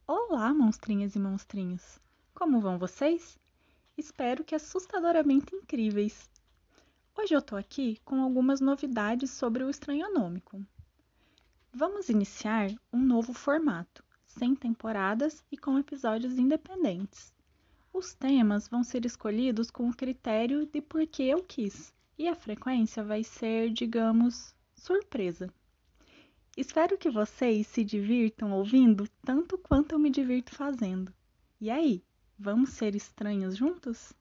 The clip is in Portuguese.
Olá, monstrinhas e monstrinhos! Como vão vocês? Espero que assustadoramente incríveis! Hoje eu tô aqui com algumas novidades sobre o Estranhonômico. Vamos iniciar um novo formato, sem temporadas e com episódios independentes. Os temas vão ser escolhidos com o critério de por que eu quis, e a frequência vai ser, digamos, surpresa. Espero que vocês se divirtam ouvindo tanto quanto eu me divirto fazendo. E aí, vamos ser estranhos juntos?